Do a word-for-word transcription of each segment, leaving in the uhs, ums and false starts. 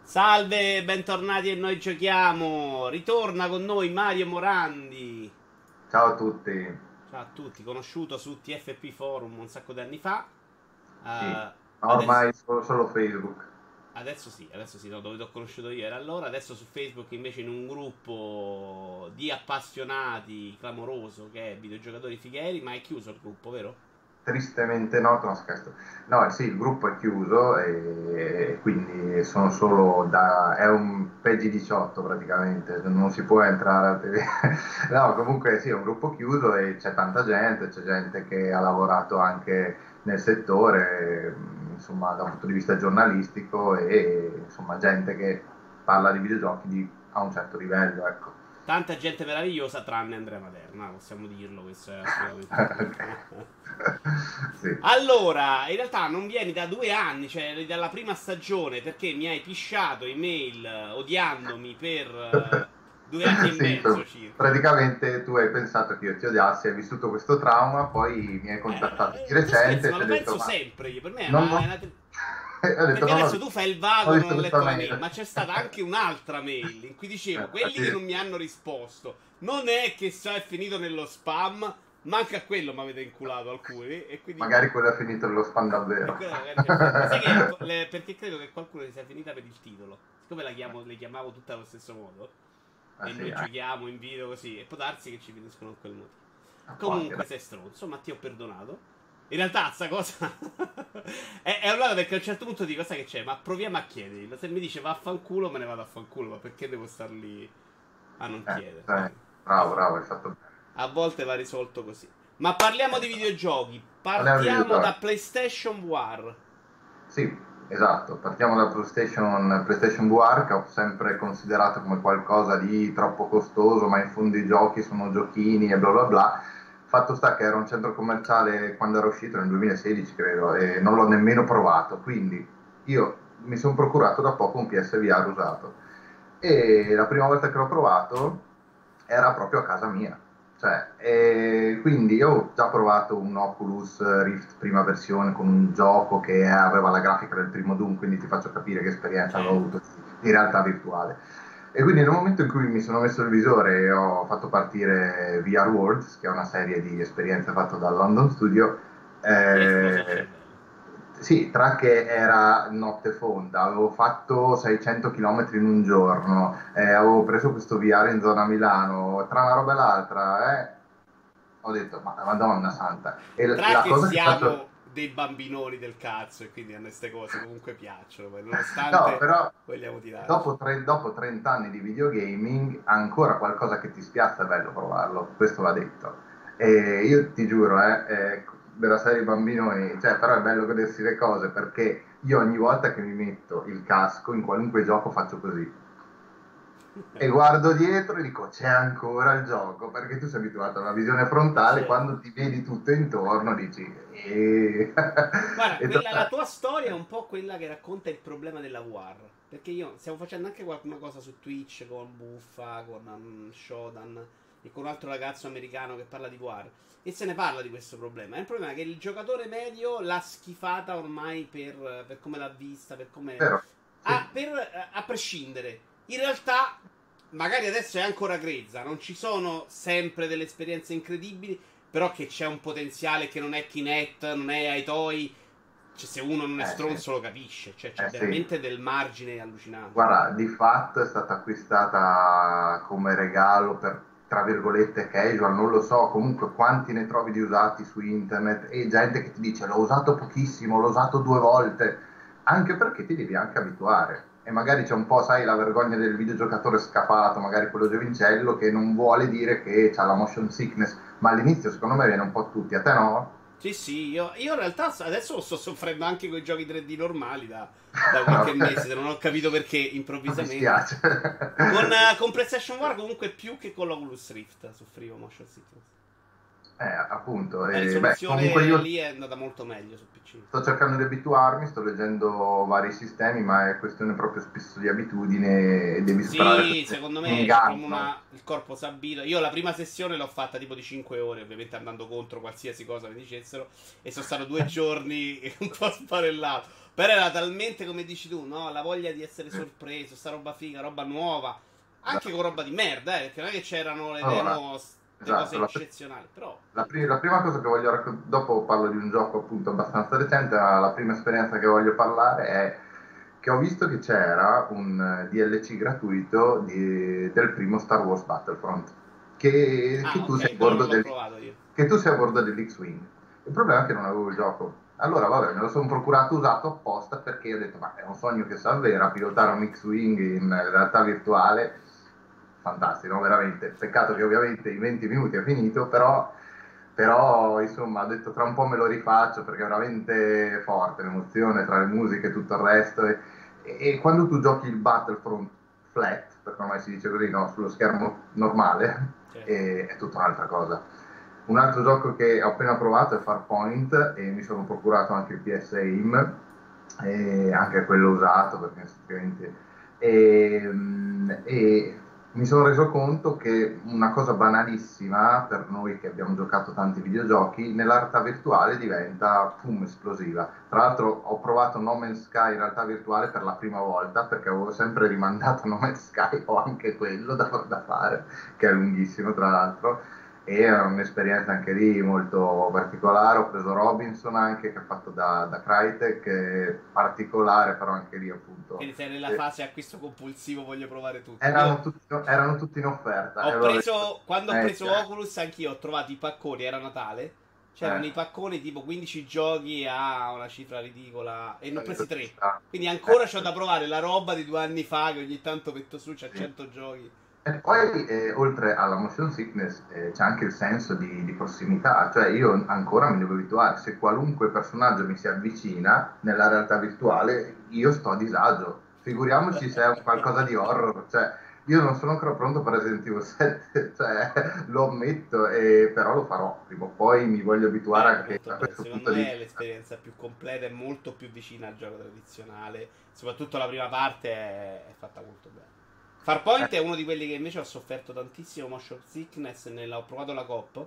Salve, bentornati e noi giochiamo. Ritorna con noi Mario Morandi. Ciao a tutti. Ciao a tutti, conosciuto su T F P Forum un sacco di anni fa. Sì, Eh, ma adesso, ormai solo, solo Facebook. adesso sì, adesso sì, no, dove ti ho conosciuto io era allora. Adesso su Facebook invece in un gruppo di appassionati clamoroso che è videogiocatori fighieri, ma è chiuso il gruppo, vero? Tristemente no, no scherzo. No, sì, il gruppo è chiuso e quindi sono solo da... è un Peggy diciotto praticamente, non si può entrare a T V. No, comunque sì, è un gruppo chiuso e c'è tanta gente, c'è gente che ha lavorato anche nel settore, insomma, da un punto di vista giornalistico e insomma gente che parla di videogiochi di- a un certo livello, ecco. Tanta gente meravigliosa tranne Andrea Maderna, possiamo dirlo, questo è assolutamente Ok. vero. Sì. Allora, in realtà non vieni da due anni, cioè eri dalla prima stagione, perché mi hai pisciato email eh, odiandomi per eh, due anni e Sì, mezzo circa. praticamente tu hai pensato che io ti odiassi, hai vissuto questo trauma, poi mi hai contattato di Eh, tu scherzi, recente e ma ti lo ho detto, penso ma sempre io. Per me è non una, è ho... una- ho detto, Perché non ho adesso tu visto, fai il ho vago, non visto ho questa letto la mail, ma mail. c'è stata anche un'altra mail in cui Eh, dicevo, quelli che non mi addirittura. hanno risposto, non è che so è finito nello spam, manca a quello mi avete inculato alcuni, e quindi... Magari quello è finito nello spam E davvero. quella magari c'è finita. Ma sai che co- le- perché credo che qualcuno si sia finita per il titolo? Siccome la chiamo, le chiamavo tutte allo stesso modo, Ah e sì, noi eh. giochiamo in video così, e può darsi che ci finiscono per quel motivo. Può anche Comunque, darsi. sei stronzo, ma ti ho perdonato. In realtà, sta cosa è, è un lato perché a un certo punto dico, sai che c'è? Ma proviamo a chiederglielo. Se mi dice vaffanculo, me ne vado a fanculo, ma perché devo star lì a non Eh, chiedere? dai, bravo, bravo, hai fatto bene. A volte va risolto così. Ma parliamo di Esatto. videogiochi. Parliamo di Partiamo da videogiochi. PlayStation War. Sì, esatto. Partiamo da PlayStation, PlayStation V R che ho sempre considerato come qualcosa di troppo costoso, ma in fondo i giochi sono giochini e bla bla bla. Fatto sta che era un centro commerciale quando era uscito nel duemilasedici, credo, e non l'ho nemmeno provato. Quindi io mi sono procurato da poco un P S V R usato. E la prima volta che l'ho provato era proprio a casa mia. Cioè, e quindi io ho già provato un Oculus Rift prima versione con un gioco che aveva la grafica del primo Doom, quindi ti faccio capire che esperienza avevo Certo. avuto in realtà virtuale. E quindi nel momento in cui mi sono messo il visore e ho fatto partire V R Worlds, che è una serie di esperienze fatte dal London Studio, Ti è esploso il eh, cervello. sì, tra che era notte fonda, avevo fatto seicento chilometri in un giorno, eh, avevo preso questo V R in zona Milano, tra una roba e l'altra, eh, ho detto, ma Madonna Santa. E l- Tra la che cosa che faccio... siamo dei bambinoni del cazzo e quindi a noi queste cose comunque piacciono, poi, No, nonostante però vogliamo tirarci. dopo, tre- dopo trenta anni di videogaming, ancora qualcosa che ti spiazza è bello provarlo, questo va detto. E io ti giuro, eh, eh, della serie bambinoni, cioè, però è bello godersi le cose perché io ogni volta che mi metto il casco in qualunque gioco faccio così. E guardo dietro e dico c'è ancora il gioco perché tu sei abituato alla visione Ma frontale, certo. quando ti vedi tutto intorno dici "Eh". Guarda, E tra quella, la tua storia è l'altro- un po' quella che racconta il problema della V R. Perché io stiamo facendo anche qualcuna cosa su Twitch con Buffa, con um, Shodan e con un altro ragazzo americano che parla di V R. E se ne parla di questo problema. È un problema che il giocatore medio l'ha schifata ormai per, per come l'ha vista, per come... Vero? Sì. Ah, per, eh, a prescindere. In realtà, magari adesso è ancora grezza, non ci sono sempre delle esperienze incredibili, però che c'è un potenziale che non è Kinect, non è ai toy. Cioè, se uno non è Eh sì, stronzo lo capisce. Cioè, c'è eh sì. veramente del margine allucinante. Guarda, di fatto è stata acquistata come regalo per, tra virgolette, casual, non lo so, comunque quanti ne trovi di usati su internet e gente che ti dice l'ho usato pochissimo, l'ho usato due volte, anche perché ti devi anche abituare. E magari c'è un po', sai, la vergogna del videogiocatore scafato, magari quello giovincello, che non vuole dire che ha la motion sickness, ma all'inizio secondo me viene un po' a tutti, a te no? Sì, sì, io, io in realtà adesso lo sto soffrendo anche con i giochi tre D normali da, da qualche mese, se non ho capito perché Mi improvvisamente. dispiace. Con, eh, con PlayStation War comunque più che con l'Oculus Rift soffrivo motion sickness. Eh, appunto, La eh, beh, comunque risoluzione io lì è andata molto meglio su P C. sto cercando di abituarmi, sto leggendo vari sistemi, ma è questione proprio spesso di abitudine e devi superare Sì, questi secondo me c'è proprio inganno. una. Il corpo s'abita. Io la prima sessione l'ho fatta tipo di cinque ore, ovviamente andando contro qualsiasi cosa mi dicessero. E sono stato due giorni un po' sparellato. Però era talmente, come dici tu, no? La voglia di essere Sì, sorpreso, sta roba figa, roba nuova. Anche con esatto. roba di merda, eh, perché non è che c'erano le Allora, demo, ste cose esatto, la, eccezionali. Però, la pri- la prima cosa che voglio raccontare, dopo parlo di un gioco appunto abbastanza recente, ma la prima esperienza che voglio parlare è che ho visto che c'era un eh, D L C gratuito di- del primo Star Wars Battlefront, che, che ah, tu sei ok, a quello bordo non l'ho del, provato io. che tu sei a bordo dell'X-Wing. Il problema è che non avevo il gioco. Allora, vabbè, me lo sono procurato usato apposta perché ho detto, ma è un sogno che si avvera, pilotare un X-Wing in realtà virtuale, fantastico, no? Veramente. Peccato che ovviamente in venti minuti è finito, però, però insomma, ho detto tra un po' me lo rifaccio perché è veramente forte l'emozione tra le musiche e tutto il resto. E, e quando tu giochi il Battlefront flat, perché ormai si dice così, no? Sullo schermo normale, Certo. e, è tutta un'altra cosa. Un altro gioco che ho appena provato è Farpoint e mi sono procurato anche il P S Aim, e anche quello usato perché effettivamente e, mm, e mi sono reso conto che una cosa banalissima per noi che abbiamo giocato tanti videogiochi, nella realtà virtuale diventa pum, esplosiva. Tra l'altro ho provato No Man's Sky in realtà virtuale per la prima volta perché avevo sempre rimandato No Man's Sky, ho anche quello da, da fare, che è lunghissimo tra l'altro. E è un'esperienza anche lì molto particolare. Ho preso Robinson anche, che è fatto da, da Crytek, che è particolare, però anche lì appunto Quindi sei nella eh, fase acquisto compulsivo, voglio provare tutto. erano Io tutti, erano tutti in offerta e Ho allora ho detto, preso, quando ho eh, preso cioè, Oculus, anch'io ho trovato i pacconi, era Natale. C'erano i eh, pacconi tipo quindici giochi a una cifra ridicola. E ne ho eh, presi ci tre. sta. Quindi ancora c'ho Eh, da provare la roba di due anni fa che ogni tanto metto su, c'ha sì. cento giochi. E poi, eh, oltre alla motion sickness, eh, c'è anche il senso di, di prossimità, cioè io ancora mi devo abituare, se qualunque personaggio mi si avvicina nella realtà virtuale, io sto a disagio, figuriamoci se è un qualcosa di horror, cioè io non sono ancora pronto per Resident Evil sette, cioè, lo ammetto, e, però lo farò, prima o poi mi voglio abituare Bello, anche molto a bello. questo Secondo punto di me è vista. l'esperienza più completa e molto più vicina al gioco tradizionale. Soprattutto la prima parte è, è fatta molto bene. Eh, Farpoint è uno di quelli che invece ho sofferto tantissimo motion sickness nella, ho provato la coop.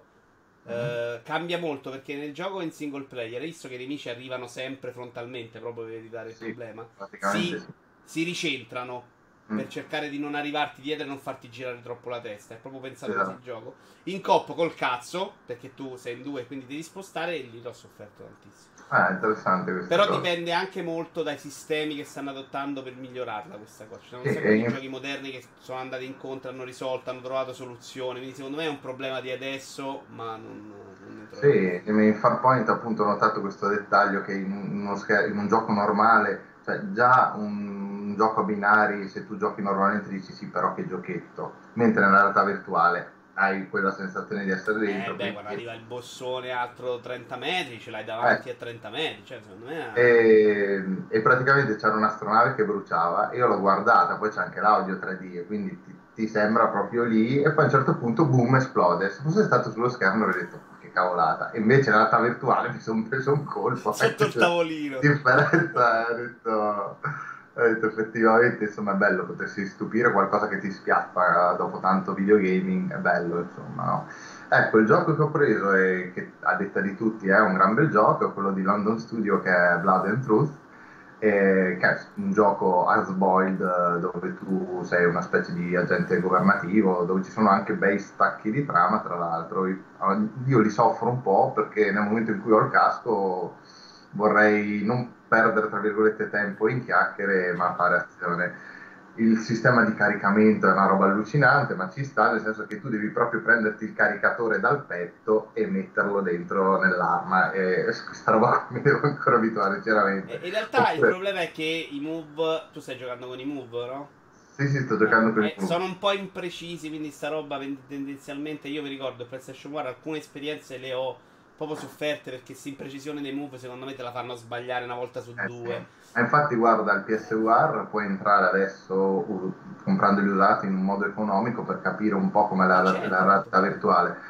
mm, Eh, cambia molto perché nel gioco in single player, hai visto che i nemici arrivano sempre frontalmente proprio per evitare il sì, problema, praticamente si, sì. si ricentrano per Mm, cercare di non arrivarti dietro e non farti girare troppo la testa. È proprio pensato così il esatto. gioco. In coop col cazzo, perché tu sei in due e quindi devi spostare, e lì l'ho sofferto tantissimo. Ah, è interessante questa Però cosa. dipende anche molto dai sistemi che stanno adottando per migliorarla questa cosa. Ci sono un E, sacco di e giochi moderni che sono andati incontro, hanno risolto, hanno trovato soluzioni. Quindi secondo me è un problema di adesso, ma non, non entro nel sì, merito. in Farpoint appunto ho notato questo dettaglio che in uno scher- in un gioco normale, cioè già un gioco a binari, se tu giochi normalmente dici sì, però che giochetto, mentre nella realtà virtuale hai quella sensazione di essere Eh dentro, beh, quindi quando arriva il bossone altro trenta metri, ce l'hai eh, davanti a trenta metri. Cioè, secondo me è... e, e praticamente c'era un'astronave che bruciava, io l'ho guardata, poi c'è anche l'audio tre D, e quindi ti, ti sembra proprio lì, e poi a un certo punto, boom, esplode. Se fosse stato sullo schermo avrei detto, "Ma che cavolata", e invece nella realtà virtuale mi sono preso un colpo, e sotto il questa tavolino. differenza, ho detto, ho detto, effettivamente, insomma, è bello potersi stupire qualcosa che ti spiazza dopo tanto videogaming, è bello, insomma, no? Ecco, il gioco che ho preso e che a detta di tutti è un gran bel gioco è quello di London Studio che è Blood and Truth, eh, che è un gioco hard-boiled eh, dove tu sei una specie di agente governativo, dove ci sono anche bei stacchi di trama, tra l'altro. Io li soffro un po' perché nel momento in cui ho il casco vorrei non perdere, tra virgolette, tempo in chiacchiere, ma Certo. fare azione. Il sistema di caricamento è una roba allucinante, ma ci sta nel senso che tu devi proprio prenderti il caricatore dal petto e metterlo dentro nell'arma. E questa roba mi devo ancora abituare, Eh, sinceramente. in realtà il Oppure, problema è che i move. Tu stai giocando con i move, no? sì, sì, sto Eh, giocando con i eh, move. sono un po' imprecisi, quindi sta roba ven- tendenzialmente io mi ricordo PlayStation quattro alcune esperienze le ho proprio sofferte perché questa imprecisione dei move secondo me te la fanno sbagliare una volta su Eh sì. due. Ma infatti, guarda, il P S V R puoi entrare adesso uh, comprandoli usati in un modo economico per capire un po' com'è la, Ma la certo, è molto realtà bello. virtuale.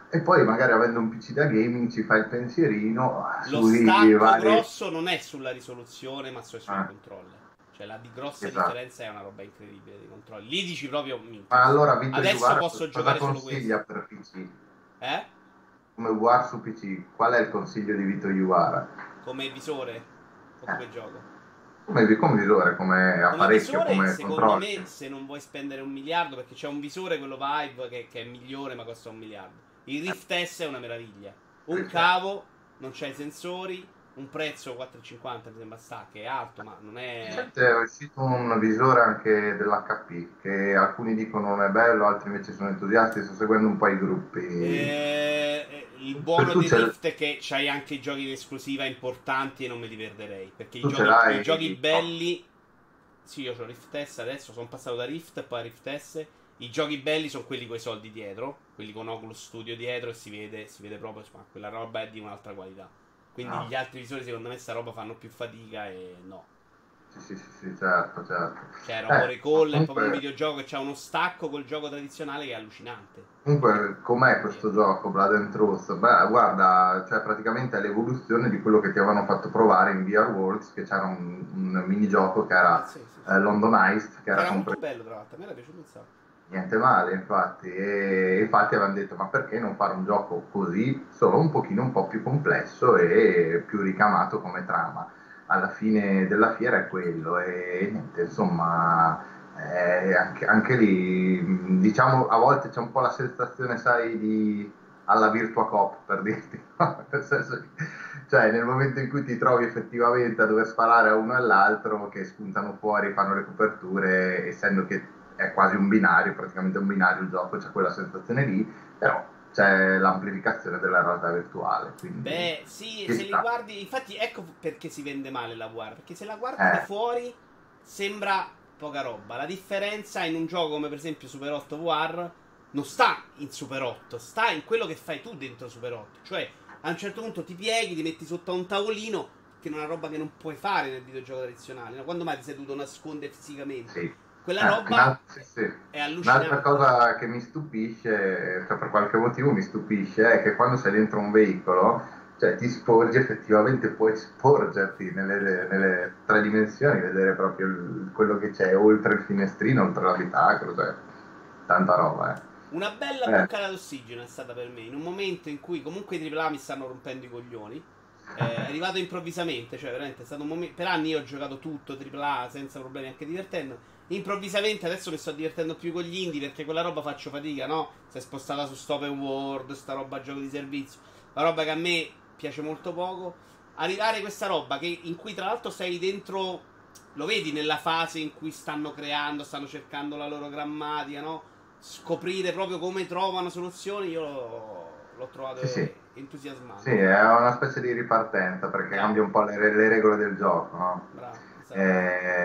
E poi magari avendo un P C da gaming ci fai il pensierino Lo sui stacco vari... grosso non è sulla risoluzione, ma sui suoi Ah, controller. Cioè, la di grossa esatto. differenza è una roba incredibile dei controlli. Lì dici proprio, Ma minchia. allora Vito Adesso Juvara posso cosa giocare solo consiglia questo. per P C? Eh? Come V R su P C? Qual è il consiglio di Vito Juvara? Come visore? O Eh, come gioco? come, come visore, come Come apparecchio, visore, come secondo controller? me, se non vuoi spendere un miliardo, perché c'è un visore, quello Vive, che, che è migliore, ma costa un miliardo. Il Rift S è una meraviglia. Un Eh, cavo, non c'ha i sensori, un prezzo quattro e cinquanta mi sembra sta, che è alto, ma non è... Recente è uscito un visore anche dell'H P che alcuni dicono non è bello, altri invece sono entusiasti. Sto seguendo un po' i gruppi. Eh, eh, il Tu, buono tu di ce, Rift è che c'hai anche i giochi in esclusiva importanti e non me li perderei. Perché i tu ce giochi, i giochi l'hai? No. belli. Sì, io ho Rift S adesso, sono passato da Rift e poi a Rift S. I giochi belli sono quelli con i soldi dietro, quelli con Oculus Studio dietro e si vede, si vede proprio, ma quella roba è di un'altra qualità. Quindi No. gli altri visori secondo me sta roba fanno più fatica e no. Sì, sì, sì, sì, certo, certo. Cioè, Robo Eh, Recall è proprio un comunque, videogioco che ha uno stacco col gioco tradizionale che è allucinante. Che giochi comunque, com'è questo dietro. gioco, Blood and Truth? Beh, guarda, cioè praticamente è l'evoluzione di quello che ti avevano fatto provare in V R Worlds, che c'era un, un minigioco che Eh era sì, sì, sì. eh, London Heist, che Che era era molto compre- bello, tra l'altro, a me era piaciuto un sacco. niente male, infatti. E infatti avevano detto, ma perché non fare un gioco così, solo un pochino un po' più complesso e più ricamato come trama? Alla fine della fiera è quello e niente, insomma, eh, anche, anche lì, mh, diciamo, a volte c'è un po' la sensazione, sai, di alla Virtua Cop, per dirti, no? Nel senso che, cioè, nel momento in cui ti trovi effettivamente a dover sparare a uno e all'altro, che spuntano fuori, fanno le coperture, essendo che è quasi un binario, praticamente un binario il gioco, c'è quella sensazione lì, però c'è l'amplificazione della realtà virtuale, quindi Beh, sì, ci se li sta. guardi, infatti ecco perché si vende male la V R, perché se la guardi da Eh, fuori sembra poca roba. La differenza in un gioco come per esempio Super otto V R non sta in Super otto, sta in quello che fai tu dentro Super otto. Cioè, a un certo punto ti pieghi, ti metti sotto a un tavolino, che è una roba che non puoi fare nel videogioco tradizionale, no? Quando mai ti sei dovuto nascondere fisicamente? sì. Quella Eh, roba un'al- sì, sì. è Un'altra allucinante. cosa che mi stupisce, cioè per qualche motivo mi stupisce, è che quando sei dentro un veicolo, cioè ti sporgi effettivamente, puoi sporgerti nelle, nelle tre dimensioni, vedere proprio il- quello che c'è oltre il finestrino, oltre l'abitacolo, cioè tanta roba, Una bella eh. Eh, boccata d'ossigeno è stata per me, in un momento in cui comunque i tripla A mi stanno rompendo i coglioni. Eh, è arrivato improvvisamente, cioè veramente è stato un momento. Per anni io ho giocato tutto tripla A senza problemi, anche divertendo. Improvvisamente adesso mi sto divertendo più con gli indie perché quella roba faccio fatica, no? Si è spostata su Stop and World, sta roba gioco di servizio. La roba che a me piace molto poco. Arrivare questa roba che, in cui tra l'altro sei dentro. Lo vedi nella fase in cui stanno creando, stanno cercando la loro grammatica, no? Scoprire proprio come trovano soluzioni, io l'ho, l'ho trovato sì, sì. Sì, entusiasmante. è una specie di ripartenza perché cambia Bravo, un po' le, re- le regole del gioco, no? bravo, esatto.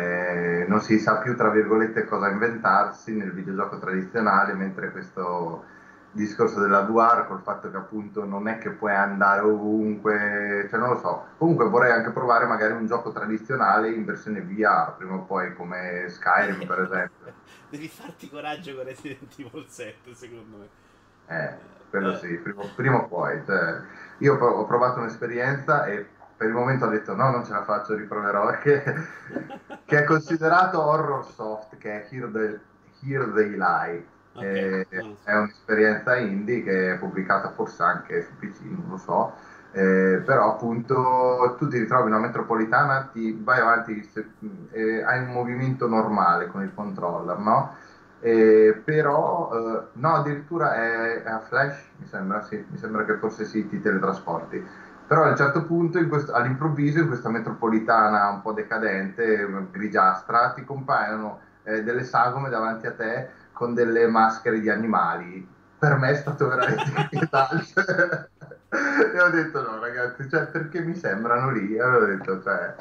Eh, non si sa più, tra virgolette, cosa inventarsi nel videogioco tradizionale, mentre questo discorso della V R, col fatto che appunto non è che puoi andare ovunque, cioè non lo so. Comunque vorrei anche provare magari un gioco tradizionale in versione V R, prima o poi, come Skyrim, per esempio. Devi farti coraggio con Resident Evil sette, secondo me. Eh, Eh, quello eh. sì, prima, prima o poi. Cioè, io ho ho provato un'esperienza e per il momento ho detto no, non ce la faccio, riproverò, che, che è considerato horror soft, che è Here They, Here They Lie. Ok, Eh, conosco. è un'esperienza indie che è pubblicata forse anche su P C, non lo so. Eh, però appunto tu ti ritrovi in una metropolitana, ti vai avanti, se- eh, hai un movimento normale con il controller, no? Eh, però, eh, no, addirittura è, è a flash, mi sembra, sì, mi sembra che forse sì, ti teletrasporti. Però a un certo punto, in questo- all'improvviso, in questa metropolitana un po' decadente, grigiastra, ti compaiono eh, delle sagome davanti a te con delle maschere di animali. Per me è stato veramente inquietante. E ho detto no, ragazzi, cioè, perché mi sembrano lì? E avevo detto, cioè,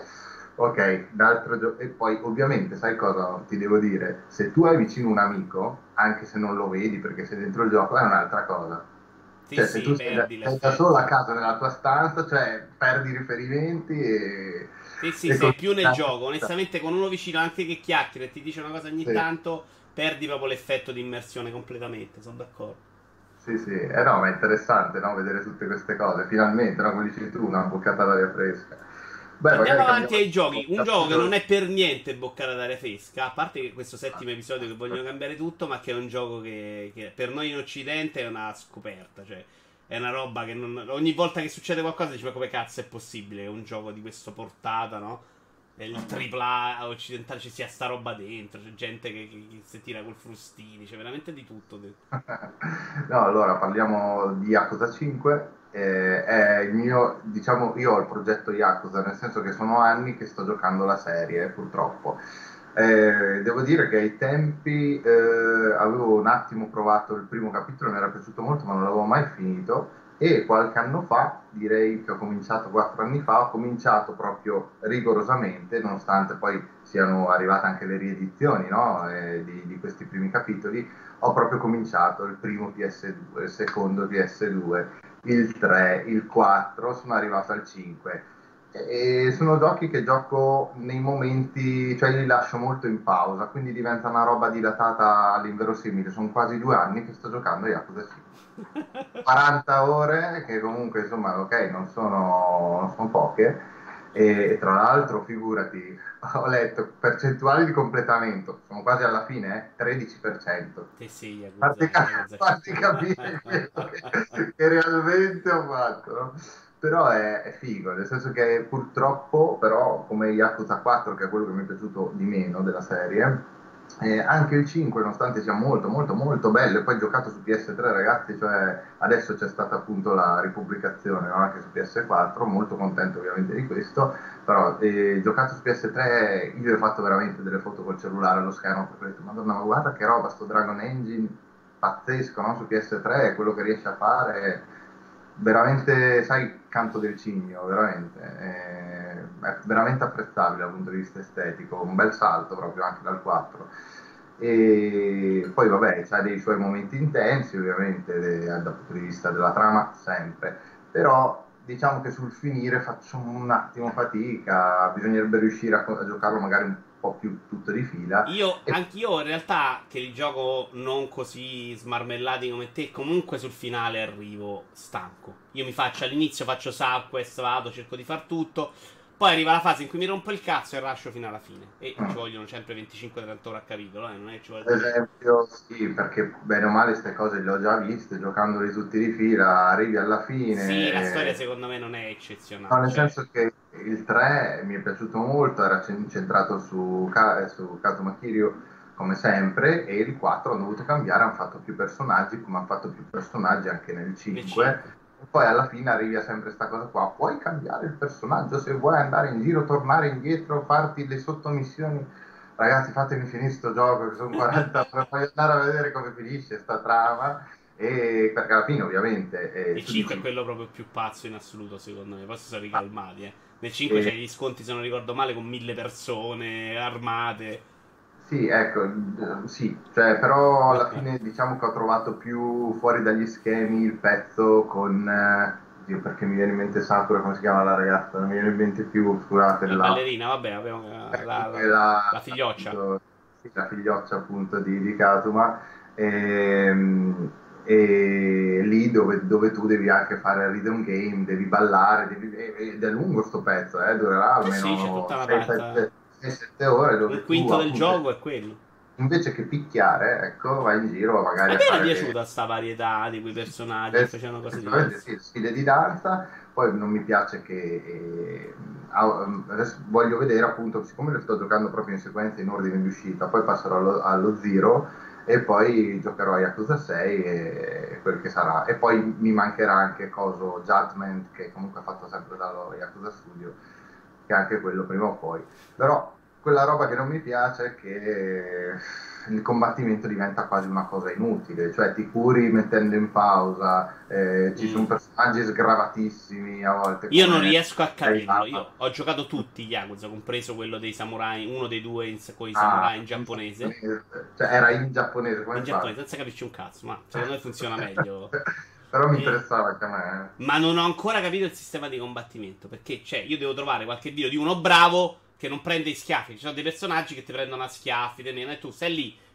ok, d'altro gio- e poi ovviamente sai cosa ti devo dire? Se tu hai vicino un amico, anche se non lo vedi perché sei dentro il gioco, è un'altra cosa. Sì, Cioè, se sì, tu sei da, perdi sei da solo l'effetto. a casa nella tua stanza, cioè, perdi i riferimenti e, Sì, sì, e sei continui più nel a- gioco. Onestamente, con uno vicino anche che chiacchiera e ti dice una cosa ogni Sì. tanto, perdi proprio l'effetto di immersione completamente. Sono d'accordo. Sì, sì, eh no, ma è interessante, no, vedere tutte queste cose. Finalmente, no, come dici tu, una boccata d'aria fresca. Beh, Andiamo magari avanti cambiamo ai di giochi. Un gioco che non capitolo. è per niente boccata d'aria fresca. A parte che questo settimo episodio che vogliono cambiare tutto, ma che è un gioco che, che per noi in Occidente è una scoperta. Cioè, è una roba che non, ogni volta che succede qualcosa dici, ma come cazzo è possibile che un gioco di questa portata, no? E il tripla A occidentale ci sia sta roba dentro. C'è gente che, che, che si tira col frustini. C'è veramente di tutto dentro. No, allora parliamo di Yakuza cinque. Eh, è il mio, diciamo, io ho il progetto Yakuza, nel senso che sono anni che sto giocando la serie, purtroppo. Eh, devo dire che ai tempi eh, avevo un attimo provato il primo capitolo, mi era piaciuto molto, ma non l'avevo mai finito. E qualche anno fa, direi che ho cominciato quattro anni fa, ho cominciato proprio rigorosamente, nonostante poi siano arrivate anche le riedizioni, no, eh, di, di questi primi capitoli, ho proprio cominciato il primo P S due, il secondo P S due, il tre, il quattro, sono arrivato al cinque. E sono giochi che gioco nei momenti, cioè li lascio molto in pausa, quindi diventa una roba dilatata all'inverosimile. Sono quasi due anni che sto giocando a Yakuza cinque. quaranta ore, che comunque insomma, ok, non sono, non sono poche. E, e tra l'altro, figurati, ho letto percentuali di completamento, sono quasi alla fine, eh, tredici per cento. Sì, sì, Farti, Yakuza, ca- Yakuza farti cinque. capire quello che, che realmente ho fatto, no? Però è, è figo, nel senso che purtroppo, però, come Yakuza quattro, che è quello che mi è piaciuto di meno della serie, eh, anche il cinque, nonostante sia molto, molto, molto bello, e poi giocato su P S tre, ragazzi, cioè adesso c'è stata appunto la ripubblicazione, no? Anche su P S quattro, molto contento ovviamente di questo, però eh, giocato su P S tre io ho fatto veramente delle foto col cellulare allo schermo, perché ho detto, madonna, ma guarda che roba, sto Dragon Engine pazzesco, no? Su P S tre, quello che riesce a fare, veramente, sai, canto del cigno, veramente, eh, è veramente apprezzabile dal punto di vista estetico, un bel salto proprio anche dal quattro. E poi vabbè, c'ha dei suoi momenti intensi, ovviamente, de- dal punto di vista della trama, sempre, però diciamo che sul finire faccio un attimo fatica, bisognerebbe riuscire a, a giocarlo magari un po' più tutto di fila. Io, E anch'io in realtà, che li gioco non così smarmellati come te, comunque sul finale arrivo stanco. Io mi faccio all'inizio, faccio Subquest, vado, cerco di far tutto. Poi arriva la fase in cui mi rompo il cazzo e rascio fino alla fine. E ci vogliono sempre venticinque trenta ore a capitolo, eh, non è che ci vuole ad di meno. esempio, sì, perché bene o male queste cose le ho già viste, giocandoli tutti di fila, arrivi alla Sì, la storia fine. secondo me non è No, eccezionale. nel Cioè, senso che il tre mi è piaciuto molto, era cen- centrato su, Ka- su Kazuma Kiryu come sempre, e il quattro hanno dovuto cambiare, hanno fatto più personaggi, come hanno fatto più personaggi anche nel nel cinque, cinque. e poi alla fine arrivi a sempre questa cosa qua, puoi cambiare il personaggio se vuoi andare in giro, tornare indietro, farti le sottomissioni. Ragazzi, fatemi finire sto gioco, che sono quaranta ore, voglio andare a vedere come finisce sta trama, e perché alla fine ovviamente eh, Il tu cinque è dici... quello proprio più pazzo in assoluto, secondo me. Poi si sono "Ah, ricalmati, eh. Nel cinque c'è eh, gli sconti, se non ricordo male, con mille persone armate. sì, ecco, d- sì, cioè, però alla fine diciamo che ho trovato più fuori dagli schemi il pezzo con, eh, oddio, perché mi viene in mente Sakura, come si chiama la ragazza, non mi viene in mente più, scusate, La la, ballerina, vabbè, abbiamo eh, la, ecco, è la, la, la figlioccia. appunto, sì, la figlioccia appunto di, di Katuma, ehm, e, lì dove, dove tu devi anche fare il rhythm game, devi ballare, devi- ed è lungo sto pezzo, eh, durerà Sì, sì, c'è tutta almeno una parte. sei sette ore, Un dove tu quinto del appunto gioco è quello. invece che picchiare, ecco, vai in giro A magari me a era fare le, piaciuta sta varietà di quei personaggi che eh, facevano cose effettivamente diverse. sì, sfide di danza. Poi non mi piace che eh, ah, adesso voglio vedere appunto, siccome le sto giocando proprio in sequenza in ordine di uscita, poi passerò allo, allo Zero e poi giocherò a Yakuza sei e quel che sarà. E poi mi mancherà anche coso Judgment, che comunque è fatto sempre dallo Yakuza Studio, che anche quello prima o poi. Però quella roba che non mi piace è che il combattimento diventa quasi una cosa inutile, cioè ti curi mettendo in pausa, eh, ci sono Mm. personaggi sgravatissimi a volte Io non come riesco a capirlo. Daisawa. Io ho giocato tutti gli Yakuza, compreso quello dei samurai, uno dei due in, con i Ah, samurai in in giapponese. giapponese, cioè era in giapponese, come In giapponese, fa? senza capirci un cazzo, ma secondo me funziona meglio. Però mi E- interessava anche a me. Ma non ho ancora capito il sistema di combattimento. Perché, cioè, io devo trovare qualche video di uno bravo che non prende i schiaffi. Ci sono dei personaggi che ti prendono a schiaffi, te meno, e tu stai lì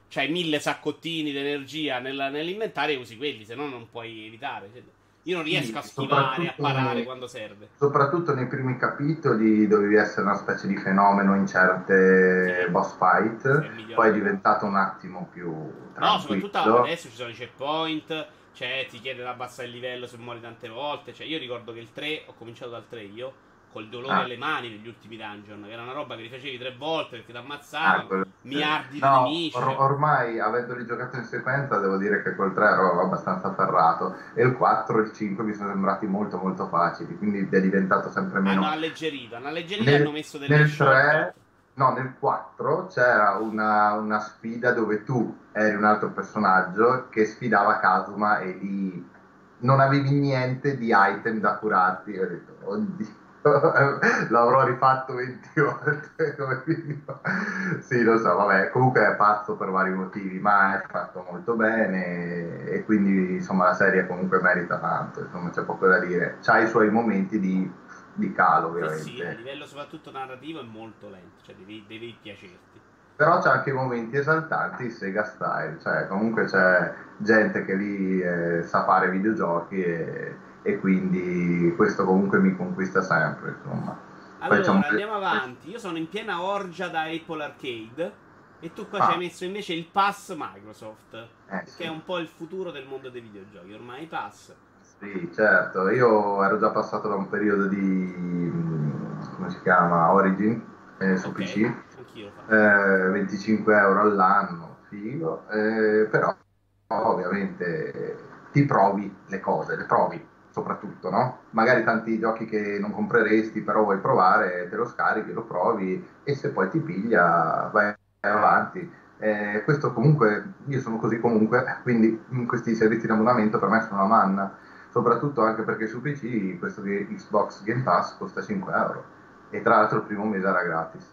c'hai mille saccottini di energia nella- nell'inventario e usi quelli, se no non puoi evitare. Cioè, io non riesco Sì, a schivare, a parare soprattutto, quando serve. soprattutto nei primi capitoli dovevi essere una specie di fenomeno in certe Sì, boss si è fight, poi è migliorato tanto. diventato un attimo più No, soprattutto tranquillo. adesso ci sono i checkpoint, cioè ti chiede di abbassare il livello se muori tante volte. Cioè, io ricordo che il tre, ho cominciato dal tre io, col dolore Ah, alle mani negli ultimi dungeon, che era una roba che rifacevi tre volte perché ti ah, ammazzavano, quello sì. miliardi di No, nemici, or- cioè. ormai avendoli giocato in sequenza devo dire che col tre ero abbastanza ferrato e il quattro e il cinque mi sono sembrati molto molto facili, quindi è diventato sempre Hanno meno. alleggerito, hanno alleggerito e hanno Nel, messo delle nel tre, shortcut. no, nel quattro c'era una, una sfida dove tu eri un altro personaggio che sfidava Kazuma e lì non avevi niente di item da curarti. E ho detto, oddio, l'avrò rifatto venti volte come video. Sì, lo so, vabbè, comunque è pazzo per vari motivi, ma è fatto molto bene e quindi insomma la serie comunque merita tanto, insomma c'è poco da dire. C'ha i suoi momenti di, di calo, Sì, sì, a ovviamente. livello soprattutto narrativo è molto lento, cioè devi, devi piacerti. Però c'è anche momenti esaltanti Sega Style, cioè comunque c'è gente che lì eh, sa fare videogiochi e, e quindi questo comunque mi conquista sempre, insomma. Poi c'è un... Allora, andiamo avanti. Io sono in piena orgia da Apple Arcade e tu qua ci hai Ah, messo invece il pass Microsoft, eh che è sì, un po' il futuro del mondo dei videogiochi. Ormai i pass. sì, certo. Io ero già passato da un periodo di, mm, come si chiama, Origin eh, su Ok, P C, anch'io l'ho fatto. eh, venticinque euro all'anno, figo, eh, però ovviamente ti provi le cose, le provi soprattutto, no? Magari tanti giochi che non compreresti, però vuoi provare, te lo scarichi, lo provi e se poi ti piglia vai avanti. Eh, questo comunque, io sono così comunque, quindi mm, questi servizi di abbonamento per me sono una manna, soprattutto anche perché su P C questo che Xbox Game Pass costa cinque euro e tra l'altro il primo mese era gratis.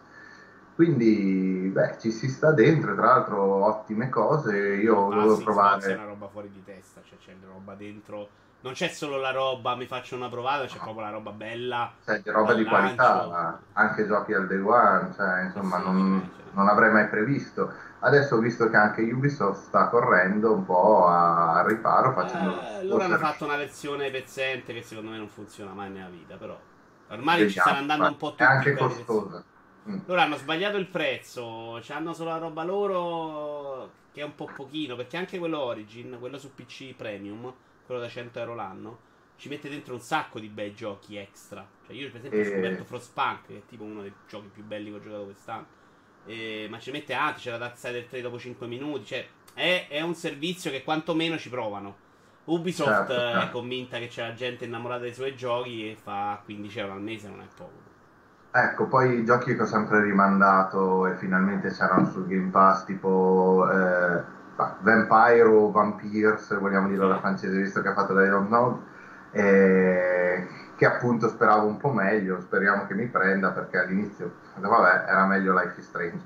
Quindi, beh, ci si sta dentro, tra l'altro ottime cose, io I dovevo pass Xbox è provare una roba fuori di testa, cioè c'è roba dentro. Non c'è solo la roba, mi faccio una provata, c'è proprio la roba bella cioè, di roba al di lancio. qualità, anche giochi al day one, cioè, Sì, insomma, sì, non, beh, cioè. non avrei mai previsto. Adesso ho visto che anche Ubisoft sta correndo un po' a- al riparo facendo lo Eh, loro suo hanno fatto servizio. una versione pezzente che secondo me non funziona mai nella vita, però. Ormai ci stanno Vediamo, andando ma un po' è tutti in anche quella direzione. costosa. Mm. Loro hanno sbagliato il prezzo, hanno solo la roba loro che è un po' pochino, perché anche quello Origin, quello su P C Premium, quello da cento euro l'anno, ci mette dentro un sacco di bei giochi extra. Cioè io per esempio ho scoperto E, Frostpunk, che è tipo uno dei giochi più belli che ho giocato quest'anno. E- ma ci mette anche, c'è la Dark Side tre dopo cinque minuti, cioè è, è un servizio che quantomeno ci provano. Ubisoft certo, eh, è certo. convinta che c'è la gente innamorata dei suoi giochi e fa quindici euro al mese, non è poco. Ecco, poi i giochi che ho sempre rimandato e finalmente c'erano sul Game Pass, tipo eh, bah, Vampire o Vampire, se vogliamo dirlo alla Ok? francese, visto che ha fatto la Don't Know, eh, che appunto speravo un po' meglio, speriamo che mi prenda, perché all'inizio, vabbè, era meglio Life is Strange,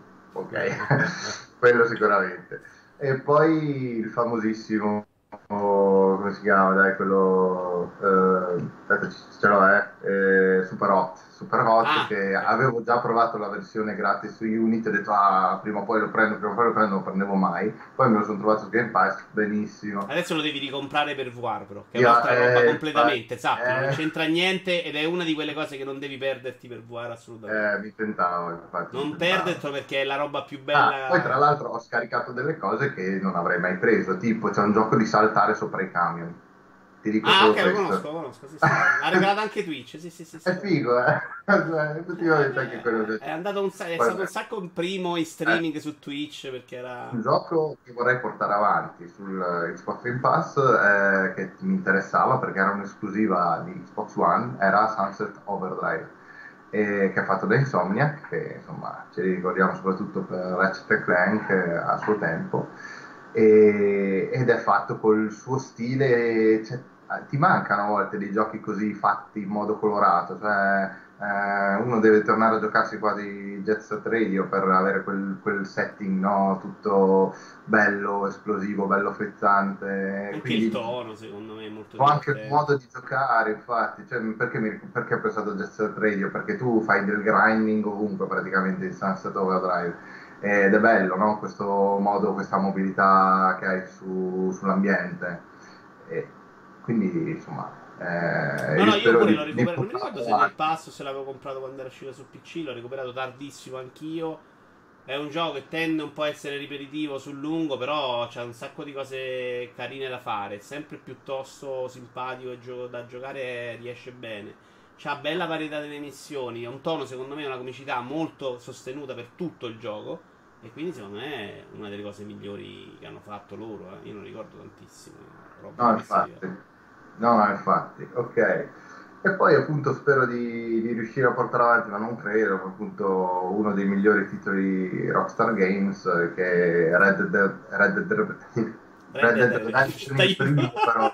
ok, quello sicuramente. E poi il famosissimo, come si chiama, dai, quello, eh, aspetta, ce l'ho, eh, eh, Super Hot, Super Hot, Ah, che ok. avevo già provato la versione gratis su Unity, ho detto, ah, prima o poi lo prendo, prima o poi lo prendo, non lo prendevo mai, poi me lo sono trovato su Game Pass, benissimo. Adesso lo devi ricomprare per V R, però, che è Io, un'altra roba eh, infatti, completamente, sappilo, non eh, c'entra niente ed è una di quelle cose che non devi perderti per V R assolutamente. eh, mi tentavo, infatti mi Non tentavo. perdertelo perché è la roba più Ah, poi tra bella. l'altro ho scaricato delle cose che non avrei mai preso, tipo c'è un gioco di saltare sopra i camion. Ti dico Ah, solo ok, lo questo. conosco, lo conosco, sì, sì, sì. L'ha regalato anche Twitch, sì, sì, sì, È sì. figo, eh? Cioè, Eh, effettivamente anche quello beh, è piace. andato un sa- è Poi, stato un beh, sacco in primo in eh, streaming su Twitch perché era. un gioco che vorrei portare avanti sul Xbox Game Pass, eh, che mi interessava perché era un'esclusiva di Xbox One, era Sunset Overdrive, e che ha fatto da Insomniac, che insomma ci ricordiamo soprattutto per Ratchet and Clank eh, a suo tempo, e- ed è fatto col suo stile, cioè, ti mancano a volte dei giochi così fatti in modo colorato, cioè eh, uno deve tornare a giocarsi quasi Jet Set Radio per avere quel, quel setting, no? Tutto bello, esplosivo, bello frizzante, Anche il quindi tono, secondo me, è molto o anche il divertente. modo di giocare, infatti, cioè, perché, mi, perché ho pensato a Jet Set Radio? Perché tu fai del grinding ovunque praticamente in Sunset Overdrive ed è bello, no? Questo modo, questa mobilità che hai su- sull'ambiente. E quindi, insomma, eh, No, io no, io spero pure di, l'ho di recuperato. Non mi ricordo portarlo se nel avanti. pass o se l'avevo comprato quando era uscito su P C. L'ho recuperato tardissimo anch'io. È un gioco che tende un po' a essere ripetitivo sul lungo, però c'ha un sacco di cose carine da fare. È sempre piuttosto simpatico e gio- da giocare, riesce bene. C'ha bella varietà delle missioni. È un tono, secondo me, una comicità molto sostenuta per tutto il gioco. E quindi, secondo me, è una delle cose migliori che hanno fatto loro. Eh. Io non ricordo tantissimo roba di No, questo livello. infatti, no, no, infatti, ok. E poi appunto spero di, di riuscire a portare avanti, ma non credo, appunto uno dei migliori titoli Rockstar Games, eh, che è Red Dead, Red Dead Redemption, Red Red Dead Dead Redemption. Redemption Dai. il primo però,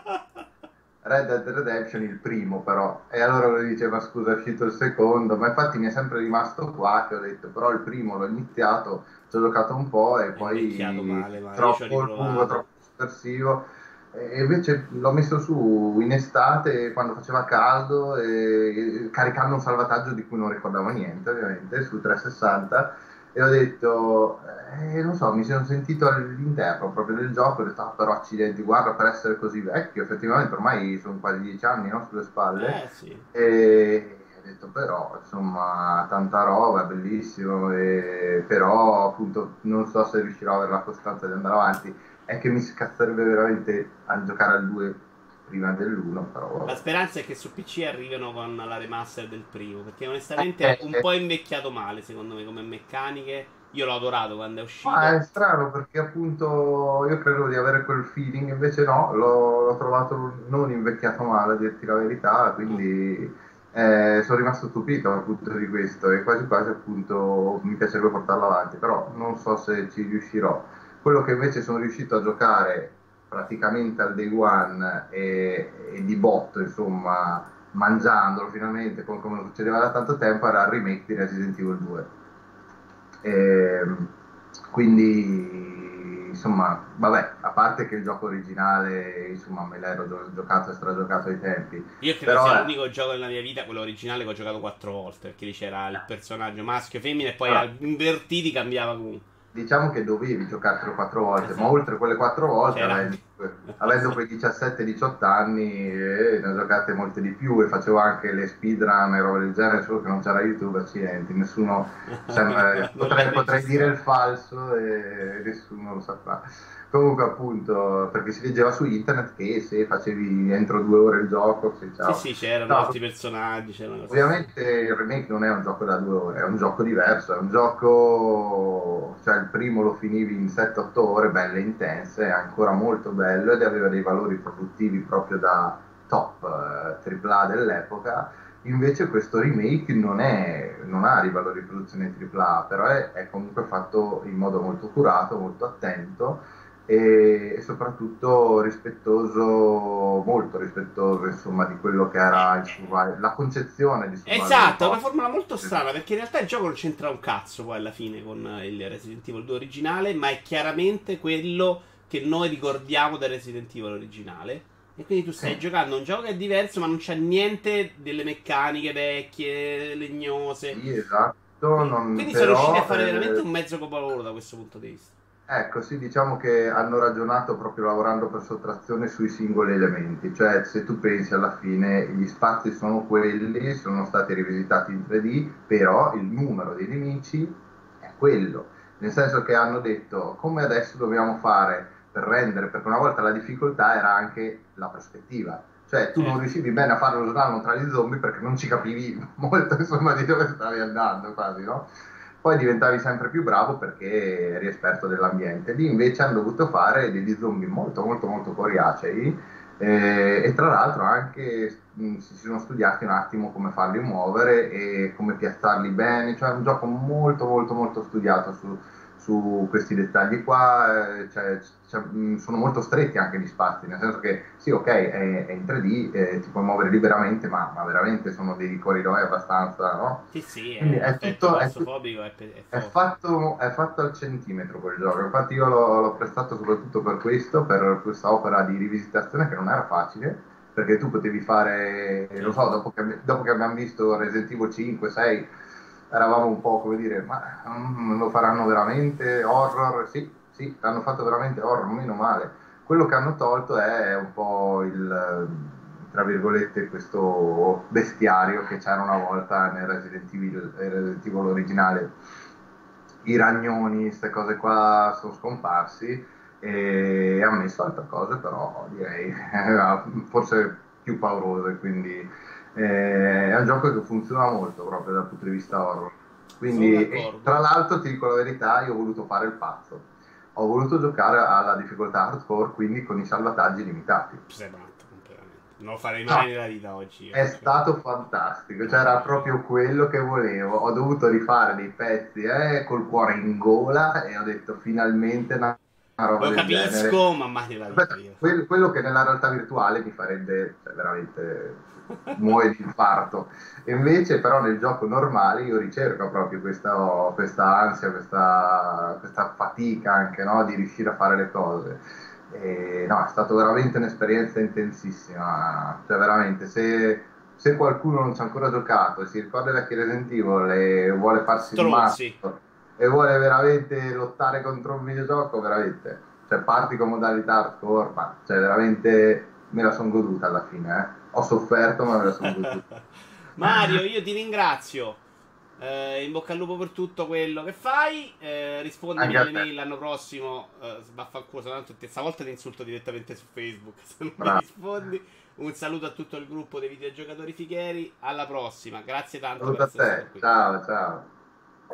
Red Dead Redemption il primo però, e allora lui dice ma scusa è uscito il secondo, ma infatti mi è sempre rimasto qua che ho detto però il primo l'ho iniziato, ci ho giocato un po' e È invecchiato poi male, ma io ci ho troppo lungo, riprovato. troppo dispersivo, e invece l'ho messo su in estate quando faceva caldo, e, caricando un salvataggio di cui non ricordavo niente ovviamente, su trecentosessanta, e ho detto, eh, non so, mi sono sentito all'interno proprio del gioco, ho detto, "Ah, però accidenti, guarda, per essere così vecchio, effettivamente ormai sono quasi dieci anni, no, sulle spalle, Eh sì. e ho detto, però, insomma, tanta roba, è bellissimo, e, però appunto non so se riuscirò a avere la costanza di andare avanti, è che mi scazzerebbe veramente a giocare al due prima dell'uno, però La vabbè. speranza è che su P C arrivino con la remaster del primo. Perché onestamente Eh, è un eh, po' invecchiato male, secondo me, come meccaniche. Io l'ho adorato quando è Ma è uscito. strano perché appunto io credo di avere quel feeling, invece no, l'ho, l'ho trovato non invecchiato male, a dirti la verità, Ah, quindi eh, sono rimasto stupito appunto di questo e quasi quasi appunto mi piacerebbe portarlo avanti, però non so se ci riuscirò. Quello che invece sono riuscito a giocare praticamente al day one e, e di botto, insomma, mangiandolo finalmente, come, come non succedeva da tanto tempo, era il remake di Resident Evil due. Ehm, quindi, insomma, vabbè, a parte che il gioco originale, insomma, me l'ero gio- giocato e stragiocato ai tempi, io credo sia però l'unico gioco nella mia vita, quello originale, che ho giocato quattro volte. Perché lì c'era il personaggio maschio e femmina e poi allora, al invertiti cambiava comunque. diciamo che dovevi giocartelo quattro volte, ma Esatto. oltre quelle quattro volte, C'era avendo, anche. avendo quei diciassette diciotto anni, eh, ne ho giocate molte di più e facevo anche le speedrun e roba del genere, solo che non c'era YouTube, accidenti, nessuno, sem- potrei, Vorrebbe potrei dire il registrare. falso e nessuno lo saprà. Comunque appunto, perché si leggeva su internet che se facevi entro due ore il gioco, sì, Sì, ciao. sì, c'erano No, altri personaggi, c'erano cose strane. ovviamente il remake non è un gioco da due ore, è un gioco diverso, è un gioco, cioè il primo lo finivi in sette otto ore, belle intense, è ancora molto bello ed aveva dei valori produttivi proprio da top eh, tripla A dell'epoca. Invece questo remake non, è, non ha i valori di produzione tripla A, però è, è comunque fatto in modo molto curato, molto attento e, e soprattutto rispettoso, molto rispettoso, insomma, di quello che Eh, era il eh, survival, la concezione di survival Esatto, è una horror. formula molto strana perché in realtà il gioco non c'entra un cazzo poi alla fine con eh, il Resident Evil due originale, ma è chiaramente quello che noi ricordiamo del Resident Evil originale. E quindi tu Sì, stai giocando a un gioco che è diverso, ma non c'è niente delle meccaniche vecchie, legnose. sì, esatto, Qui- non- Quindi sono riusciti a però fare veramente eh, un mezzo capolavoro da questo punto di vista. ecco, sì, diciamo che hanno ragionato proprio lavorando per sottrazione sui singoli elementi, cioè se tu pensi alla fine gli spazi sono quelli, sono stati rivisitati in tre D, però il numero dei nemici è quello, nel senso che hanno detto come adesso dobbiamo fare per rendere, perché una volta la difficoltà era anche la prospettiva, cioè tu non Certo. riuscivi bene a fare lo slalom tra gli zombie perché non ci capivi molto insomma di dove stavi andando quasi, no? Poi diventavi sempre più bravo perché eri esperto dell'ambiente. Lì invece hanno dovuto fare degli zombie molto molto molto coriacei eh, e tra l'altro anche mh, si sono studiati un attimo come farli muovere e come piazzarli bene, cioè è un gioco molto molto molto studiato su, su questi dettagli qua, eh, cioè, cioè, mh, sono molto stretti anche gli spazi, nel senso che sì, ok, è, è in tre D, eh, ti puoi muovere liberamente, ma, ma veramente sono dei corridoi abbastanza, no? Sì, sì, Quindi è è l'effetto tutto, è, tu- claustrofobico è, pe- è è forte. fatto, è fatto al centimetro quel gioco. Infatti io l'ho, l'ho prestato soprattutto per questo, per questa opera di rivisitazione che non era facile, perché tu potevi fare, non Certo. so, dopo che, dopo che abbiamo visto Resident Evil cinque, sei, eravamo un po' come dire, ma mm, lo faranno veramente horror? Sì, sì, hanno fatto veramente horror, meno male. Quello che hanno tolto è un po' il, tra virgolette, questo bestiario che c'era una volta nel Resident Evil, nel Resident Evil originale. I ragnoni, queste cose qua sono scomparsi e ha messo altre cose, però direi forse più paurose, quindi eh, è un gioco che funziona molto proprio dal punto di vista horror. Sono Quindi, e tra d'accordo. l'altro ti dico la verità, io ho voluto fare il pazzo. Ho voluto giocare alla difficoltà hardcore, quindi con i salvataggi limitati. Sei matto completamente. Non lo farei No, mai nella vita oggi, io, è sinceramente. stato fantastico, No, c'era no, no. proprio quello che volevo. Ho dovuto rifare dei pezzi eh, col cuore in gola e ho detto finalmente una, una roba Lo del genere. capisco, ma mai nella vita Aspetta, io. quel- quello che nella realtà virtuale mi farebbe cioè, veramente muore di infarto. E invece, però, nel gioco normale io ricerco proprio questa, questa ansia, questa, questa fatica anche no, di riuscire a fare le cose. E, no, è stata veramente un'esperienza intensissima. Cioè, veramente, se, se qualcuno non ci ha ancora giocato e si ricorda vecchi Resident Evil e vuole farsi il Stronzi. mazzo e vuole veramente lottare contro un videogioco, veramente, cioè parti con modalità hardcore, ma cioè veramente me la sono goduta alla fine, eh. Ho sofferto, ma me la sono goduta. Mario, io ti ringrazio. Eh, in bocca al lupo per tutto quello che fai. Eh, rispondimi Anche a alle te, mail l'anno prossimo. Eh, vaffanculo, tanto te- stavolta ti insulto direttamente su Facebook se non mi bravo. rispondi. Un saluto a tutto il gruppo dei videogiocatori figheri. Alla prossima. Grazie tanto per Saluto a essere te, stato qui. ciao, ciao.